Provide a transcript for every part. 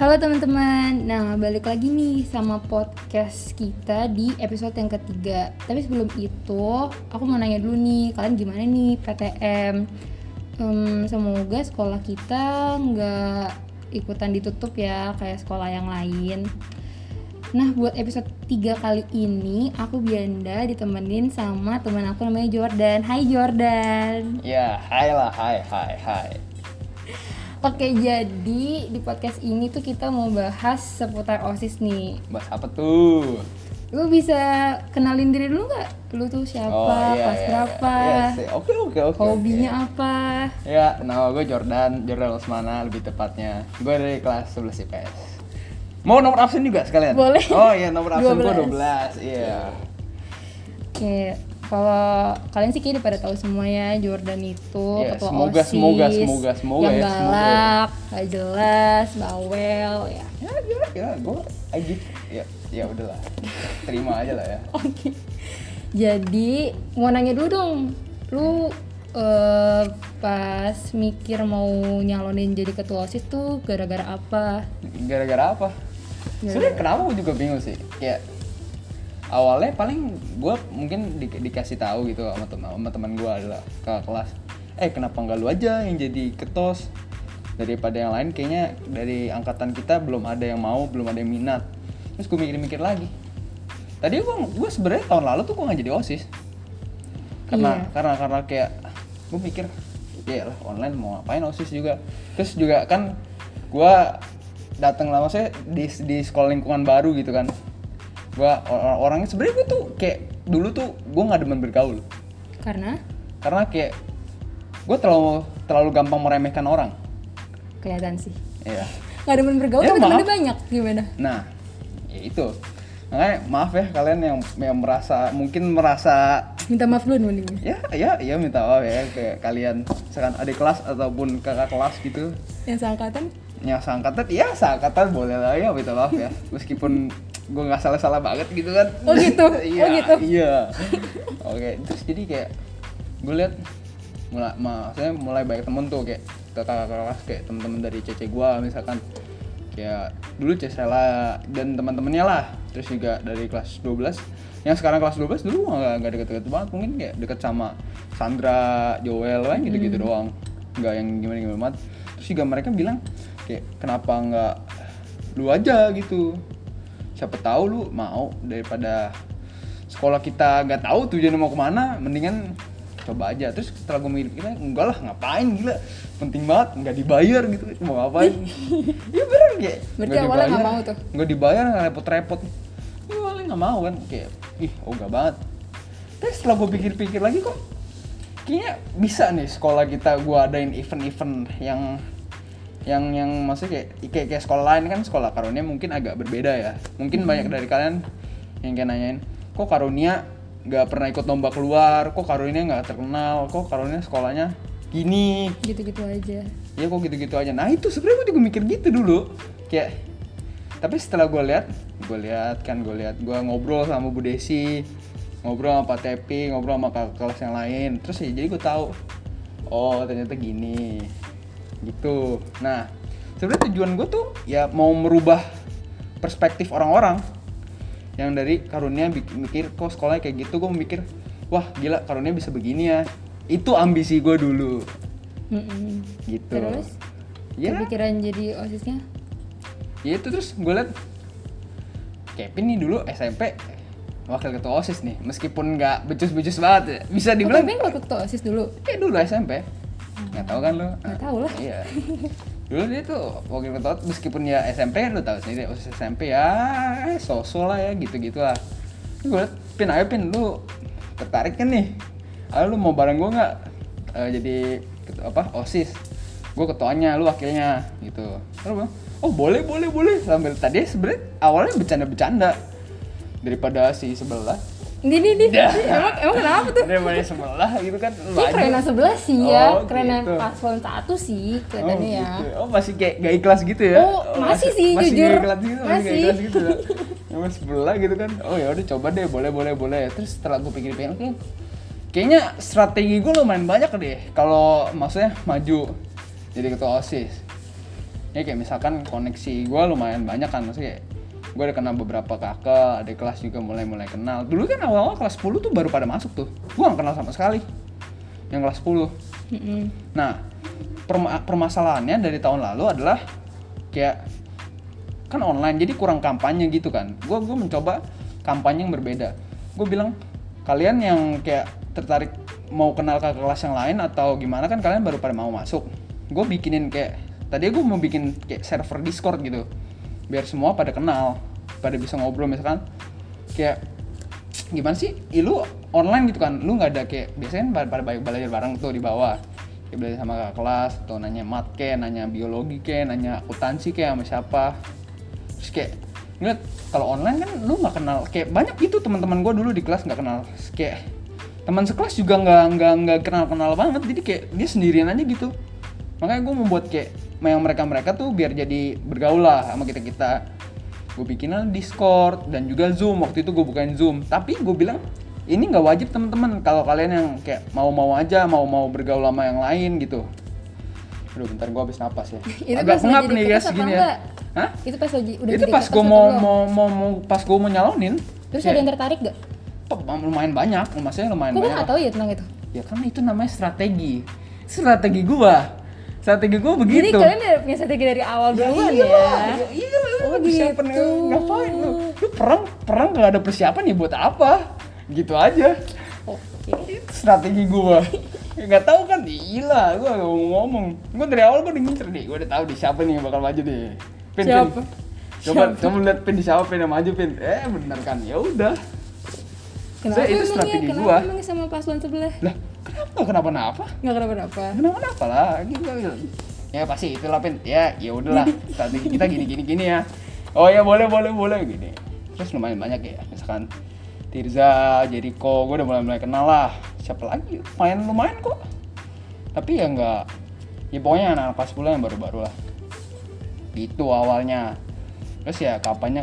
Halo teman-teman, nah balik lagi nih sama podcast kita di episode yang ketiga. Tapi sebelum itu, aku mau nanya dulu nih, kalian gimana nih PTM? Semoga sekolah kita nggak ikutan ditutup ya, kayak sekolah yang lain. Nah buat episode 3 kali ini, aku Bianda ditemenin sama teman aku namanya Jordan. Hai Jordan. Ya, hai. Oke, jadi di podcast ini tuh kita mau bahas seputar OSIS nih. Bahas apa tuh? Lu bisa kenalin diri dulu nggak? Lu tuh siapa? Kelas berapa? Oke. Hobinya apa? Ya, nama gue Jordan Lesmana lebih tepatnya. Gue dari kelas 11 IPS. Mau nomor absen juga sekalian? Boleh. Oh iya, nomor absen gue 12. 12. Iya. Oke, kalau kalian sih kayaknya pada tahu semua ya, Jordan itu Ya, ketua semoga OSIS yang ya, galak, gak jelas, bawel ya. Ya, gue aja. Ya udahlah. Terima aja lah ya. Oke. Jadi mau nanya dulu dong, lu pas mikir mau nyalonin jadi ketua OSIS tuh gara-gara apa? Gara-gara apa? Sebenernya kenapa gue juga bingung sih. Kayak awalnya paling gue mungkin dikasih tahu gitu sama teman gue adalah ke kelas, kenapa nggak lu aja yang jadi ketos, daripada yang lain kayaknya dari angkatan kita belum ada yang mau, belum ada yang minat. Terus gue mikir lagi, tadi gue sebenarnya tahun lalu tuh gue nggak jadi OSIS karena kayak gue mikir ya lah online mau ngapain OSIS juga. Terus juga kan gue datang lama saya di sekolah lingkungan baru gitu kan. Gue orangnya sebenarnya gue tuh kayak dulu tuh gue nggak demen bergaul Karena kayak gue terlalu gampang meremehkan orang. kelihatan sih. Iya. Nggak demen bergaul Ya, tapi temennya maaf. banyak, gimana? Nah, ya itu. Makanya maaf ya kalian yang mungkin merasa Minta maaf dulu mending. ya minta maaf ya kayak kalian misalkan adik kelas ataupun kakak kelas gitu Yang seangkatan? yang seangkatan boleh lah ya minta maaf ya meskipun gue nggak salah banget gitu kan. Oh gitu? Iya, Oh gitu? iya. Oke, terus jadi kayak gue lihat maksudnya mulai banyak temen tuh kayak kakak kelas kayak temen-temen dari CC gue misalkan kayak dulu Cesela dan teman-temannya lah. Terus juga dari kelas 12 yang sekarang kelas 12 dulu nggak deket-deket banget, mungkin kayak deket sama Sandra, Joel kan gitu-gitu doang, nggak yang gimana-gimana banget. Terus juga mereka bilang kayak kenapa nggak lu aja gitu, siapa tahu lu mau, daripada sekolah kita nggak tahu tujuannya mau kemana, mendingan coba aja. Terus setelah gue mikir enggak lah, ngapain, gila penting banget, nggak dibayar gitu mau ngapain. Ya bener kayak Berarti awalnya nggak mau tuh? nggak dibayar, nggak repot-repot, ya awalnya nggak mau kan, kayak enggak banget. Terus setelah gue pikir-pikir lagi kok kayaknya bisa nih sekolah kita gue adain event-event yang maksudnya kayak sekolah lain kan. Sekolah Karunia mungkin agak berbeda ya, mungkin banyak dari kalian yang kayak nanyain, kok Karunia nggak pernah ikut lomba keluar, kok Karunia nggak terkenal, kok Karunia sekolahnya gini, Gitu-gitu aja. ya kok gitu-gitu aja. Nah itu sebenarnya gue juga mikir gitu dulu kayak, tapi setelah gue lihat gue ngobrol sama Bu Desi, ngobrol sama Pak Tepi, ngobrol sama kakak kelas yang lain, terus ya jadi gue tahu oh ternyata gini gitu. Nah sebenarnya tujuan gue tuh ya mau merubah perspektif orang-orang yang dari Karunia mikir kok sekolahnya kayak gitu, gue mikir wah gila Karunia bisa begini ya. Itu ambisi gue dulu. Gitu. Terus kepikiran jadi OSISnya? Ya itu, terus gue liat Kevin nih dulu SMP wakil ketua OSIS nih, meskipun nggak becus-becus banget ya, bisa dibilang. Kevin wakil ketua OSIS dulu? Dulu SMP. Nggak tahu kan lo? Nggak tahu lah. Iya. Dulu dia tuh wakil ketua, meskipun ya SMP lo tahu sendiri OSIS SMP ya sosok lah ya gitu-gitu lah. Gue liat, Pin, ayo Pin, lu tertarik kan nih? Ayo lu mau bareng gue nggak jadi OSIS? Gue ketuanya, lu wakilnya gitu. Terus bilang, oh boleh. Sambil tadi sebenarnya awalnya bercanda-bercanda daripada si sebelah. Ini emang kenapa tuh? Daripada sebelah gitu kan. Ini kerenan sebelah sih ya, Oh, kerenan gitu. paslon 1 sih kelihatannya ya. Gitu. Oh masih kayak gak ikhlas gitu ya? Oh, masih sih, masih jujur. Gak ikhlas gitu, masih gak Masih. ikhlas gitu ya. Yang sebelah gitu kan. Oh ya udah coba deh, boleh. Terus setelah gue pikir-pikir, kayaknya strategi gue lumayan banyak deh kalau maksudnya maju jadi ketua OSIS. Ya kayak misalkan koneksi gue lumayan banyak kan, maksudnya kayak gue udah kenal beberapa kakak, adik kelas juga mulai kenal. Dulu kan awal-awal kelas 10 tuh baru pada masuk tuh, gue gak kenal sama sekali yang kelas 10. Nah permasalahannya dari tahun lalu adalah kayak kan online, jadi kurang kampanye gitu kan. Gue mencoba kampanye yang berbeda. Gue bilang, kalian yang kayak tertarik mau kenal kakak kelas yang lain atau gimana, kan kalian baru pada mau masuk. Gue bikinin kayak, tadi gue mau bikin kayak server Discord gitu, biar semua pada kenal, pada bisa ngobrol. Misalkan kayak gimana sih, lu online gitu kan, lu nggak ada kayak biasanya pada belajar bareng tuh di bawah, kayak belajar sama kakak kelas atau nanya mat kayak, nanya biologi kayak, nanya akuntansi kayak sama siapa. Terus kayak ngeliat kalau online kan lu nggak kenal, kayak banyak gitu teman-teman gue dulu di kelas nggak kenal, kayak teman sekelas juga nggak kenal banget, jadi kayak dia sendirian aja gitu. Makanya gue membuat kayak yang mereka tuh biar jadi bergaul lah sama kita. Gue bikin Discord dan juga Zoom. Waktu itu gue bukain Zoom, tapi gue bilang ini nggak wajib teman-teman, kalau kalian yang kayak mau aja mau bergaul sama yang lain gitu. Aduh bentar gue habis napas ya. Agak pengap nih guys gini ya. Hah? Itu pas lagi udah itu pas gue mau nyalonin. Terus ada yang tertarik gak? Lumayan banyak, maksudnya lumayan banyak. Gue gak tahu ya tentang itu. Ya kan itu namanya strategi gue begitu. Jadi kalian udah punya strategi dari awal duluan ya? Iya, oh gitu. Ngapain lu perang gak ada persiapan ya buat apa? Gitu aja. Oke. Itu strategi gue. Gak tahu kan, gila, gue gak mau ngomong. Gue dari awal gue udah ngincer deh, gue udah tahu di siapa nih yang bakal maju deh. Siapa? Coba lihat Pin di siapa Pin yang maju Pin. Bener kan, ya udah. Kenapa itu strategi gua. Kenapa emang sama paslon sebelah? Lah, kenapa-napa? Nggak kenapa-napa. Kenapa lah? Gitu. Ya pasti itulah Pin. Ya udahlah. Strategi kita gini ya. Oh ya boleh gini. Terus lumayan banyak ya. Misalkan Tirza, Jericho, gue udah mulai kenal lah. Siapa lagi? Lumayan kok. Tapi ya enggak. Ya pokoknya anak-anak pas pula yang baru-baru lah. Gitu awalnya. Terus ya kampanye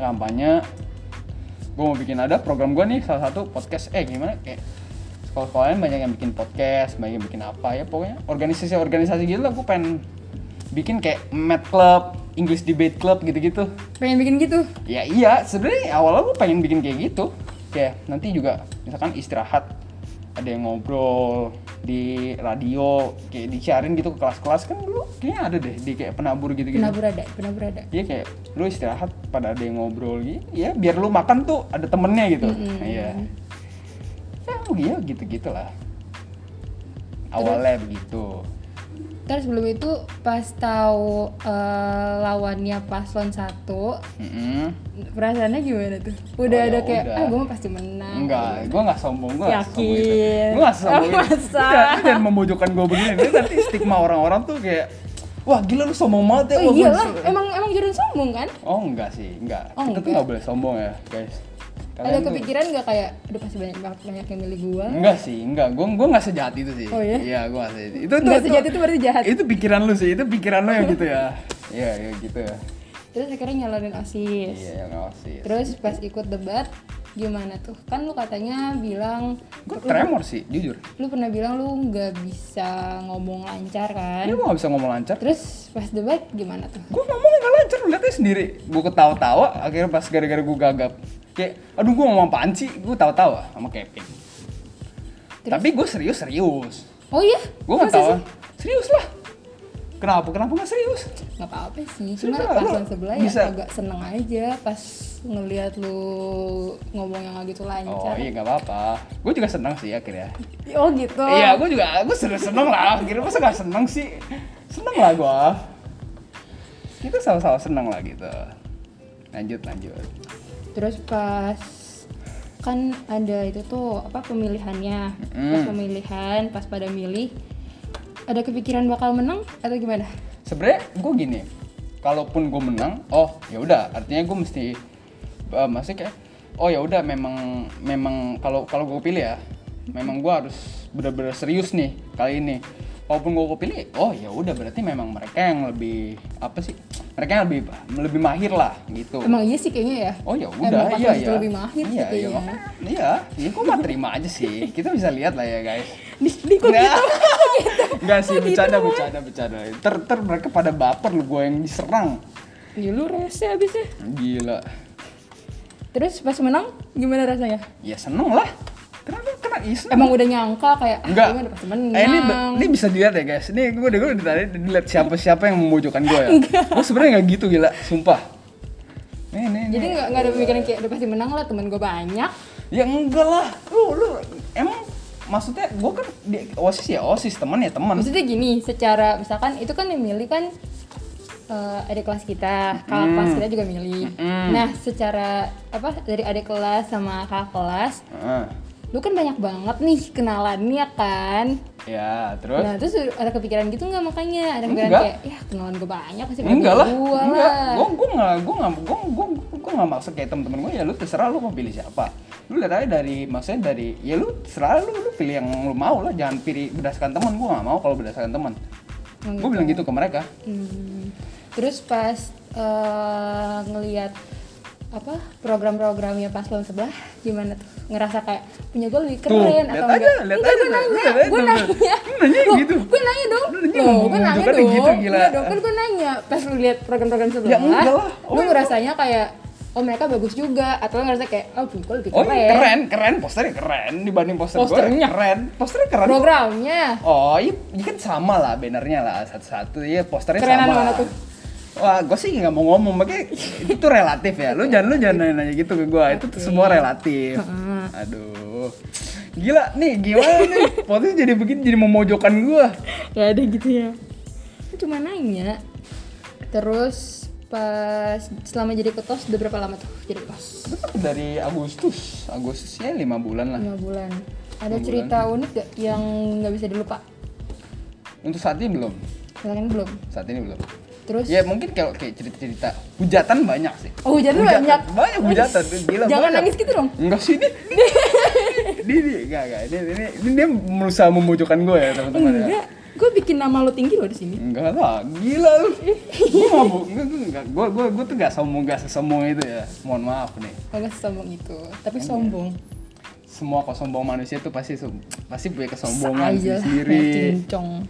gue mau bikin, ada program gue nih salah satu podcast, gimana kayak sekolah-sekolah lain banyak yang bikin podcast, banyak yang bikin apa ya, pokoknya organisasi gitu lah. Gue pengen bikin kayak Math Club, English Debate Club gitu-gitu. Pengen bikin gitu? Ya iya, sebenarnya awalnya gue pengen bikin kayak gitu, kayak nanti juga misalkan istirahat ada yang ngobrol di radio, kayak disiarin gitu ke kelas-kelas. Kan dulu kayaknya ada deh di kayak penabur gitu. Penabur ada. Iya kayak lu istirahat pada ada yang ngobrol gitu. Ya biar lu makan tuh ada temennya gitu. Iya. Ya gitu-gitulah. Awalnya begitu. Terus sebelum itu pas tahu lawannya paslon 1, perasaannya gimana tuh? Udah ada kayak, gue mah pasti menang. Enggak, gue nggak sombong, gue yakin. Gue nggak sombong. Jangan memojokkan gue begini. Nanti stigma orang-orang tuh kayak, wah gila lu sombong banget ya. Oh iyalah, emang jadian sombong kan? Oh enggak sih, enggak. Oh, kita tuh nggak boleh sombong ya guys. Ada kepikiran nggak kayak, udah pasti banyak yang milih gua? Enggak sih, enggak. Gue nggak sejahat itu sih. Oh iya? Iya, gue nggak sejahat itu. Nggak sejahat itu berarti jahat? Itu pikiran lu sih, itu pikiran lu yang gitu ya. Iya gitu ya. Terus akhirnya nyalonin OSIS. Iya, yang OSIS. Terus pas ikut debat, gimana tuh? Kan lu katanya bilang, gue tremor sih, jujur. Lu pernah bilang lu nggak bisa ngomong lancar kan? Iya, gue nggak bisa ngomong lancar. Terus pas debat gimana tuh? Gue ngomongnya nggak lancar, lu lihatnya sendiri. Gue ketawa-tawa, akhirnya pas gara-gara gue gagap. Kayak, aduh gue ngomong apaan sih? Gue tawa-tawa sama Kevin. Tapi gue serius. Oh iya? Gue nggak tawa. Serius lah. Kenapa nggak serius? Nggak apa-apa sih, cuma paslon sebelah ya agak seneng aja pas ngelihat lu ngomong yang gitu lancar. Oh iya nggak apa-apa. Gue juga seneng sih akhirnya. Oh gitu? Iya, gue seneng lah. Akhirnya masa nggak seneng sih? Seneng lah gue. Kita sama-sama seneng lah gitu. Lanjut. Terus pas kan ada itu tuh apa pemilihannya, pas pada milih, ada kepikiran bakal menang atau gimana? Sebenarnya gue gini, kalaupun gue menang, ya udah, artinya gue mesti maksudnya kayak, ya udah memang kalau gue pilih ya, memang gue harus benar-benar serius nih kali ini. Walaupun gue pilih, ya udah berarti memang mereka yang lebih mereka yang lebih mahir lah gitu. Emang iya sih kayaknya ya. Oh ya udah, iya. Lebih mahir sih kayaknya. Iya, gue mah terima aja sih. Kita bisa lihat lah ya guys. Di kok gitu. Enggak sih, bercanda. Ter mereka pada baper lu, gue yang diserang. Ya lu rese abisnya. Gila. Terus pas menang gimana rasanya? Ya seneng lah. Kenapa? Emang udah nyangka kayak enggak. Gimana pasti menang. Ini bisa dilihat ya guys. Ini gue dilihat siapa yang memojokkan gue ya. Gue sebenarnya nggak gitu gila, sumpah. Jadi nggak ada pemikiran kayak udah pasti menang lah, temen gue banyak. Ya enggak lah. Lu emang maksudnya gue kan di OSIS teman ya teman. Maksudnya gini, secara misalkan itu kan yang milih kan adik kelas kita, kakak kelas kita juga milih. Nah, secara dari adik kelas sama kakak kelas, lu kan banyak banget nih kenalannya kan. Ya, terus? Nah, terus ada kepikiran gitu nggak makanya? Ada kepikiran kayak, ya kenalan gue banyak pasti enggak lah. Gue nggak maksud kayak temen-temen gue, ya lu terserah lu mau pilih siapa. Lu lihat aja maksudnya dari, ya lu terserah lu pilih yang lu mau lah, jangan pilih berdasarkan teman. Gue nggak mau kalau berdasarkan teman. Gue bilang gitu ke mereka. Terus pas ngelihat program-programnya paslon sebelah gimana tuh? Ngerasa kayak punya gue lebih keren tuh, atau enggak? Lihat aja. Gue nanya gitu. Gue nanya dong. Gue nanya dong. Gitu, gila. Kan gue nanya pas lu lihat program-program sebelah. Ya enggak lah. Lu ngerasanya kayak mereka bagus juga atau ngerasa kayak gue lebih keren. Keren, posternya keren dibanding poster gue. Posternya keren. Programnya. Oh, iya kan sama lah bannernya lah satu-satu. Iya, posternya kerenan sama. Mana tuh? Wah, gue sih nggak mau ngomong, makanya itu relatif ya. Lu jangan nanya gitu ke gue. Itu semua relatif. Aduh, gila nih, gimana nih? Posisi jadi begini, jadi memojokkan gue. Gak ada gitu ya. Cuma nanya. Terus pas selama jadi ketos udah berapa lama tuh jadi ketos? Dari Agustusnya 5 bulan lah. 5 bulan. Ada cerita unik gak yang nggak bisa dilupa? Untuk saat ini belum. Saat ini belum. Terus? Ya mungkin kalau kayak cerita hujatan banyak sih. Oh, hujatan banyak. Banyak hujatan, gila. Jangan nangis gitu dong. Enggak sih ini. Enggak. Ini dia berusaha memojokkan gue ya, teman-teman ya. Enggak. Gue bikin nama lo tinggi lo di sini. Enggak lah, gila lu. Gue tuh enggak sesombong itu ya. Mohon maaf nih. Enggak sesombong itu, tapi sombong. Semua sombong manusia tuh pasti punya kesombongan sendiri. Cincong.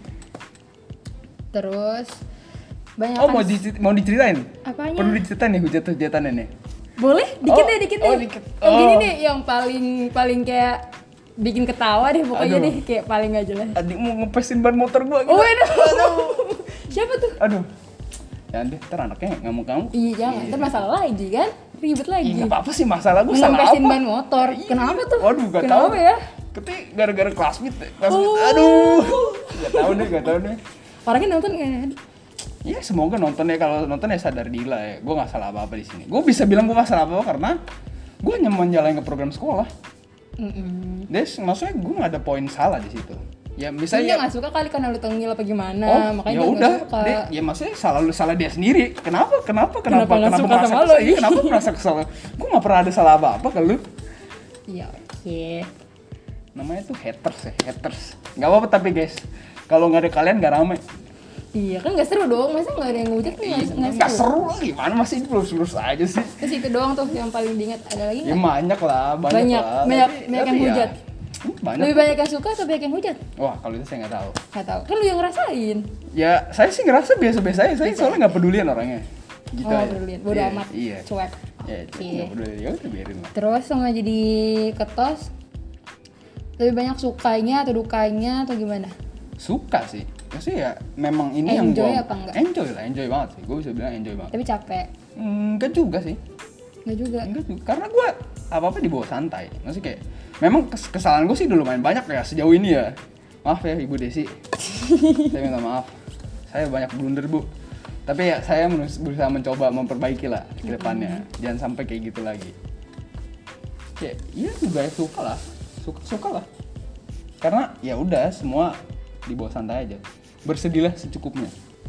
Terus banyak mau diceritain? Apanya? Perlu diceritain nih hujatan-hujatannya nih. Boleh, dikit deh. Dikit. Yang gini deh, yang paling kayak bikin ketawa deh pokoknya. Deh, kayak paling gak jelas. Adik mau ngepesin ban motor gua gitu. Aduh. Siapa tuh? Aduh. Jangan deh, ntar anaknya ngamuk-ngamuk. Iya, jangan. Ntar masalah lagi kan? Ribet lagi. Iya, gak apa-apa sih masalah gua, salah apa? Ngepesin ban motor. Kenapa tuh? Waduh, gak tahu. Kenapa ya? Ketik gara-gara classmate. Aduh. Gak tahu deh. Orangnya nonton kan? Ya semoga nonton ya, kalau nonton ya sadar diri lah ya. Gue nggak salah apa-apa di sini. Gue bisa bilang gue nggak salah apa-apa karena gue hanya menjalani ke program sekolah. Maksudnya gue nggak ada poin salah di situ. Ya misalnya. Dia nggak suka kali karena lu tengil apa gimana, makanya ya dia udah. nggak suka. Ya maksudnya salah dia sendiri. Kenapa nggak suka sama lo? Kenapa merasa kesal? Gue nggak pernah ada salah apa-apa ke lu. Iya, oke. Namanya tuh haters. Nggak apa-apa tapi guys, kalau nggak ada kalian nggak rame. Iya kan nggak seru dong, masa nggak ada yang ngujek nggak seru lah, gimana masih lurus aja sih. Terus itu doang tuh yang paling diingat, ada lagi nggak? Ya banyak yang hujat. Banyak. Lebih banyak yang suka atau banyak yang hujat? Wah kalau itu saya nggak tahu. Kan lu yang ngerasain. Ya saya sih ngerasa biasa-biasa aja, saya soalnya nggak pedulian orangnya. Gitu aja. Pedulian, bodo amat. Iya. Cuek. Ya nggak peduli, ya udah biarin lah. Terus sama jadi ketos, lebih banyak sukanya atau dukanya atau gimana? Suka sih. Maksudnya ya memang ini enjoy yang apa enggak? Enjoy banget sih. Gue bisa bilang enjoy banget. Tapi capek? Enggak juga sih. Enggak juga. Karena gue apa-apa dibawa santai. Maksudnya kayak memang kesalahan gue sih udah lumayan banyak ya sejauh ini ya. Maaf ya Ibu Desi. Saya minta maaf. Saya banyak blunder, Bu. Tapi ya saya berusaha mencoba memperbaiki lah ke depannya. Jangan sampai kayak gitu lagi. Kayak iya juga suka lah. Karena ya udah semua dibawa santai aja. Bersedihlah secukupnya.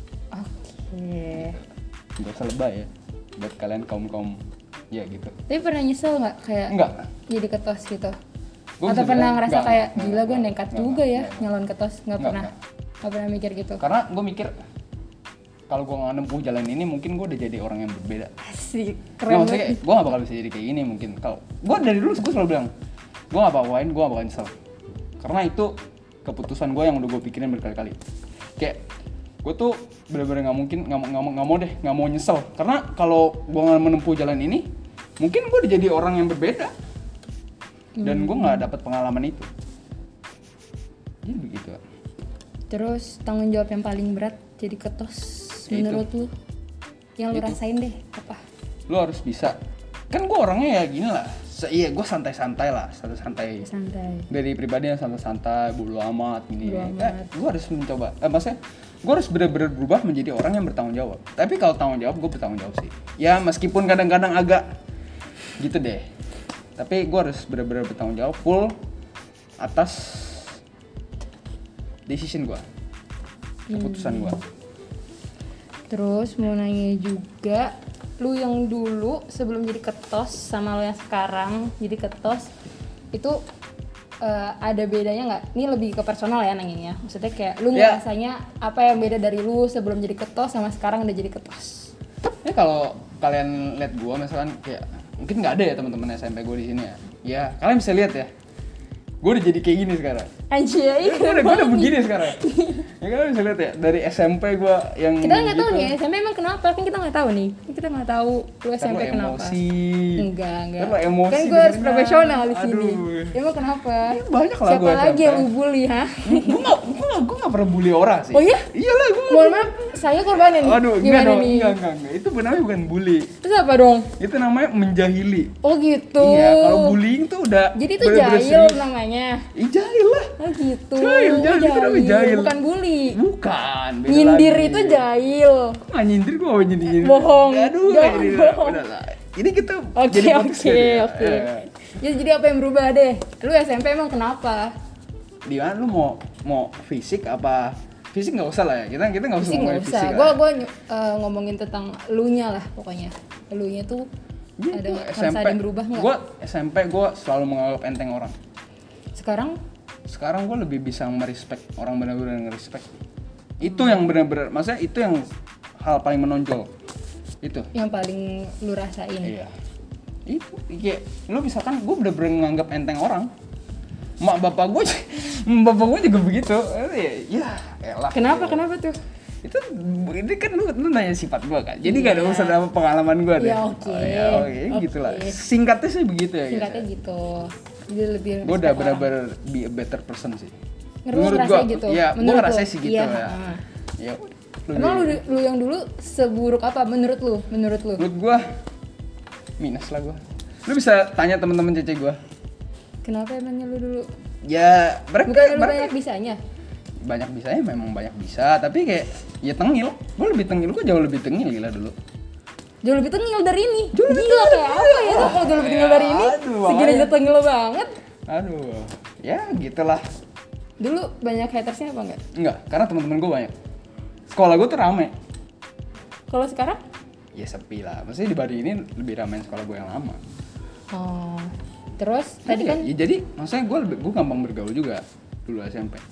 Oke. Gak usah lebay ya buat kalian kaum ya gitu. Tapi pernah nyesel nggak kayak Enggak. jadi ketos gitu? Gua atau pernah ngerasa enggak, kayak enggak, gila gue enggak, nekat enggak, juga ya enggak. nyalon ketos? Nggak pernah mikir gitu? Karena gue mikir kalau gue nggak nempuh jalan ini mungkin gue udah jadi orang yang berbeda. Asik, Nggak, keren maksudnya banget. gue gak bakal bisa jadi kayak gini mungkin. Kalau gue dari dulu gue selalu bilang gue gak apa-apain, gue gak bakal nyesel. Karena itu keputusan gue yang udah gue pikirin berkali-kali. Kayak gue tuh bener-bener nggak mau nyesel, karena kalau gue nggak menempuh jalan ini mungkin gue udah jadi orang yang berbeda dan gue nggak dapat pengalaman itu. Jadi begitu. Terus tanggung jawab yang paling berat jadi ketos menurut lu yang lu rasain deh apa? Lu harus bisa, kan gue orangnya ya gini lah, iya gue santai-santai lah, santai. Dari pribadi yang santai-santai, bodo amat gini. Gue harus mencoba, maksudnya gue harus benar-benar berubah menjadi orang yang bertanggung jawab. Tapi kalau tanggung jawab, gue bertanggung jawab sih. Ya meskipun kadang-kadang agak gitu deh. Tapi gue harus benar-benar bertanggung jawab full atas decision gue, keputusan gue. Terus mau nanya juga, lu yang dulu sebelum jadi ketos sama lu yang sekarang jadi ketos itu ada bedanya nggak? Ini lebih ke personal ya nanyanya. Maksudnya kayak lu ngerasanya apa yang beda dari lu sebelum jadi ketos sama sekarang udah jadi ketos? Ya kalau kalian lihat gue misalkan kayak mungkin nggak ada ya teman-teman SMP gue di sini ya. Ya kalian bisa lihat ya. Gue udah jadi kayak gini sekarang. Anjay, gue udah begini sekarang. Ya kalian bisa lihat ya dari SMP gue yang kita nggak gitu. tahu nih SMP emang kenapa, kan kita nggak tahu nih. Kita nggak tahu lu SMP kenapa. Emosi. Enggak. Emosi, kan gue harus profesional di sini. Aduh. Emang kenapa? Ya, banyak lah siapa gue lagi SMP. yang lu bully, ha? Gue nggak pernah bully orang sih. Oh iya? Iyalah gue. Mohon maaf, saya korbannya nih. Aduh, gimana enggak nih? Enggak. Itu namanya bukan bully. Terus apa dong? Itu namanya menjahili. Oh gitu. Iya, kalau bullying tuh udah jadi itu bener-bener jahil serius. namanya. Jahil lah. Oh gitu. Jahil itu namanya jahil. Bukan bully. Bukan. Beda Nyindir lagi. itu jahil. Kok nggak nyindir, gue mau nyindir. Bohong. Aduh, Jangan ini bohong. udah lah. Ini kita Oke. jadi podcast ya. Ya, jadi apa yang berubah deh? Lu SMP emang kenapa? Di mana lu mau fisik apa? Fisik nggak usah lah ya. Kita nggak usah Fisik ngomongin nggak usah. fisik. Gue ngomongin tentang elunya lah pokoknya. Elunya tuh ada ngerasa ada yang berubah nggak? Gue SMP gue selalu menganggap enteng orang. Sekarang gue lebih bisa merespek orang, benar-benar ngerespek. Itu yang benar-benar, maksudnya itu yang hal paling menonjol. Itu. Yang paling lu rasain. Iya. Itu kayak lu misalkan gue benar-benar menganggap enteng orang. Bapak gue juga begitu. Ya, elah. Kenapa tuh? Itu ini kan lu nanya sifat gue kan. Jadi gak ada urusan sama pengalaman gue deh. Ya oke. Oke, gitulah. Singkatnya sih begitu ya. Singkatnya gitu. Jadi lebih Gue udah benar-benar be a better person sih. Menurut gue gitu. Iya, gue ngerasa sih gitu iya, ya. Ya. Emang lu yang dulu seburuk apa menurut lu? Menurut gue minus lah gue. Lu bisa tanya teman-teman cece gue. Kenapa emangnya lu dulu? Ya, Bukan lu banyak bisanya? Banyak bisanya memang banyak bisa, tapi kayak ya tengil. Gue lebih tengil, gue jauh lebih tengil gila dulu. Jauh lebih tengil dari ini. Gila kayak apa ya tuh kalau jauh lebih tengil dari ini? Segini aja tengil banget. Aduh, ya gitulah. Dulu banyak hatersnya apa enggak? Enggak, karena teman-teman gue banyak. Sekolah gue tuh rame. Kalau sekarang? Ya sepi lah. Maksudnya di Bali ini lebih ramai sekolah gue yang lama. Oh. Terus tadi ya, kan? Ya jadi maksudnya gue gampang bergaul juga dulu SMP.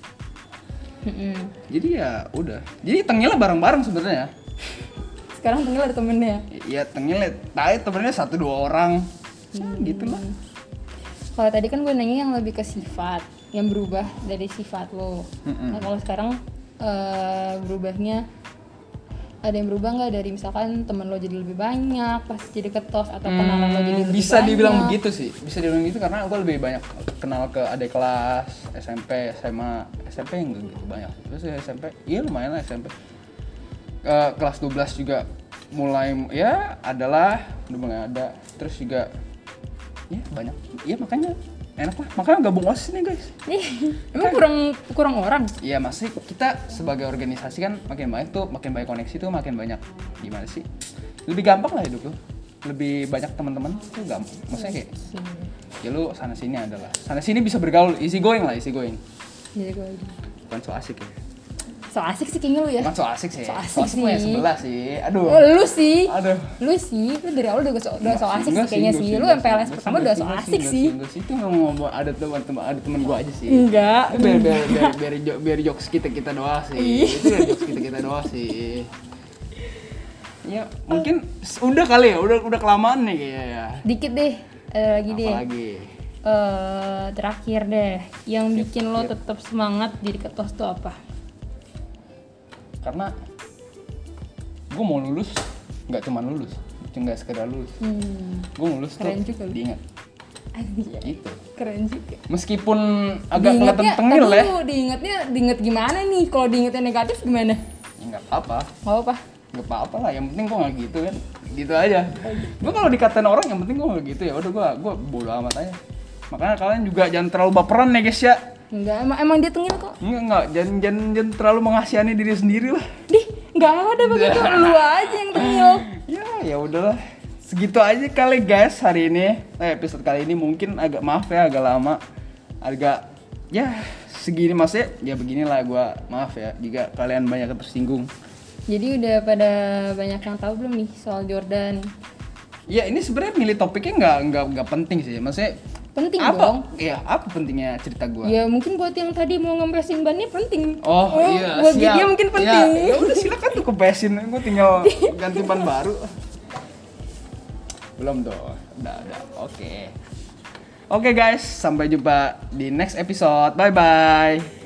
Jadi ya udah. Jadi tengilnya bareng-bareng sebenarnya. Sekarang tengil ada temennya? Iya tengilnya. Tapi temennya 1-2 orang. Gitu lah. Kalau tadi kan gue nanya yang lebih ke sifat, yang berubah dari sifat lo. Nah kalau sekarang berubahnya ada yang berubah nggak dari misalkan teman lo jadi lebih banyak pas jadi ketos atau kenalan lo jadi lebih bisa banyak? Dibilang begitu sih, bisa dibilang gitu karena gue lebih banyak kenal ke adik kelas, SMP, SMA, SMP yang gitu banyak. Terus ya SMP, iya lumayan lah SMP. Kelas 12 juga mulai ya adalah udah mulai ada. Terus juga ya banyak, ya makanya enak lah, makanya gabung OSIS nih guys. Emang kurang orang? Iya masih kita sebagai organisasi kan makin banyak koneksi tuh makin banyak gimana sih? Lebih gampang lah hidup lu, lebih banyak teman-teman tuh gampang. Maksudnya kayak ya lu sana sini bisa bergaul, easy going. Jadi gue Bukan so asik ya? so asik sih kayaknya lu ya? Bukan so asik sih. So asik sih. Punya sebelah sih. Aduh. Lu sih. Aduh. Lu sih, lu dari awal udah so asik sih kayaknya sih. Lu MPLS pertama udah so asik sih. Itu ngomong ada teman gua aja sih. Enggak. Biar jokes kita doang sih. Itu biar jokes kita doang sih. Ya, mungkin udah kali ya, udah kelamaan nih kayaknya ya. Dikit deh, lagi deh. Apalagi? terakhir deh, yang bikin lo tetap semangat jadi ketua tuh apa? Karena gue mau lulus, nggak cuma lulus, nggak sekedar lulus. Gue lulus Keren tuh juga lu. diingat. Anjay, Gitu. keren juga. Meskipun agak kelihatan tengil ya. Diinget gimana nih? Kalau diingetnya negatif gimana? Ya nggak apa-apa. Oh apa? Nggak apa-apa lah, yang penting gue nggak gitu kan, gitu aja. Gue kalau dikatain orang yang penting gue nggak gitu, ya udah gue bodo amat aja. Makanya kalian juga jangan terlalu baperan ya guys ya. Enggak, emang dia tengil kok. Enggak, jangan terlalu mengasihani diri sendiri lah. Dih, nggak ada begitu. Lu aja yang tengil. Ya udahlah, segitu aja kali guys hari ini. Episode kali ini mungkin agak maaf ya, agak lama, agak ya segini maksudnya ya beginilah, gue maaf ya jika kalian banyak tersinggung. Jadi udah pada banyak yang tahu belum nih soal Jordan? Ya ini sebenarnya milih topiknya nggak penting sih, maksudnya Penting apa? dong. Ya apa pentingnya cerita gue? Ya mungkin buat yang tadi mau ngempresin bannya penting. Oh iya, buat siap. dia mungkin penting. Ya udah silakan tuh kebesin, gue tinggal ganti ban baru. Belum dong, udah. Oke guys, sampai jumpa di next episode. Bye bye.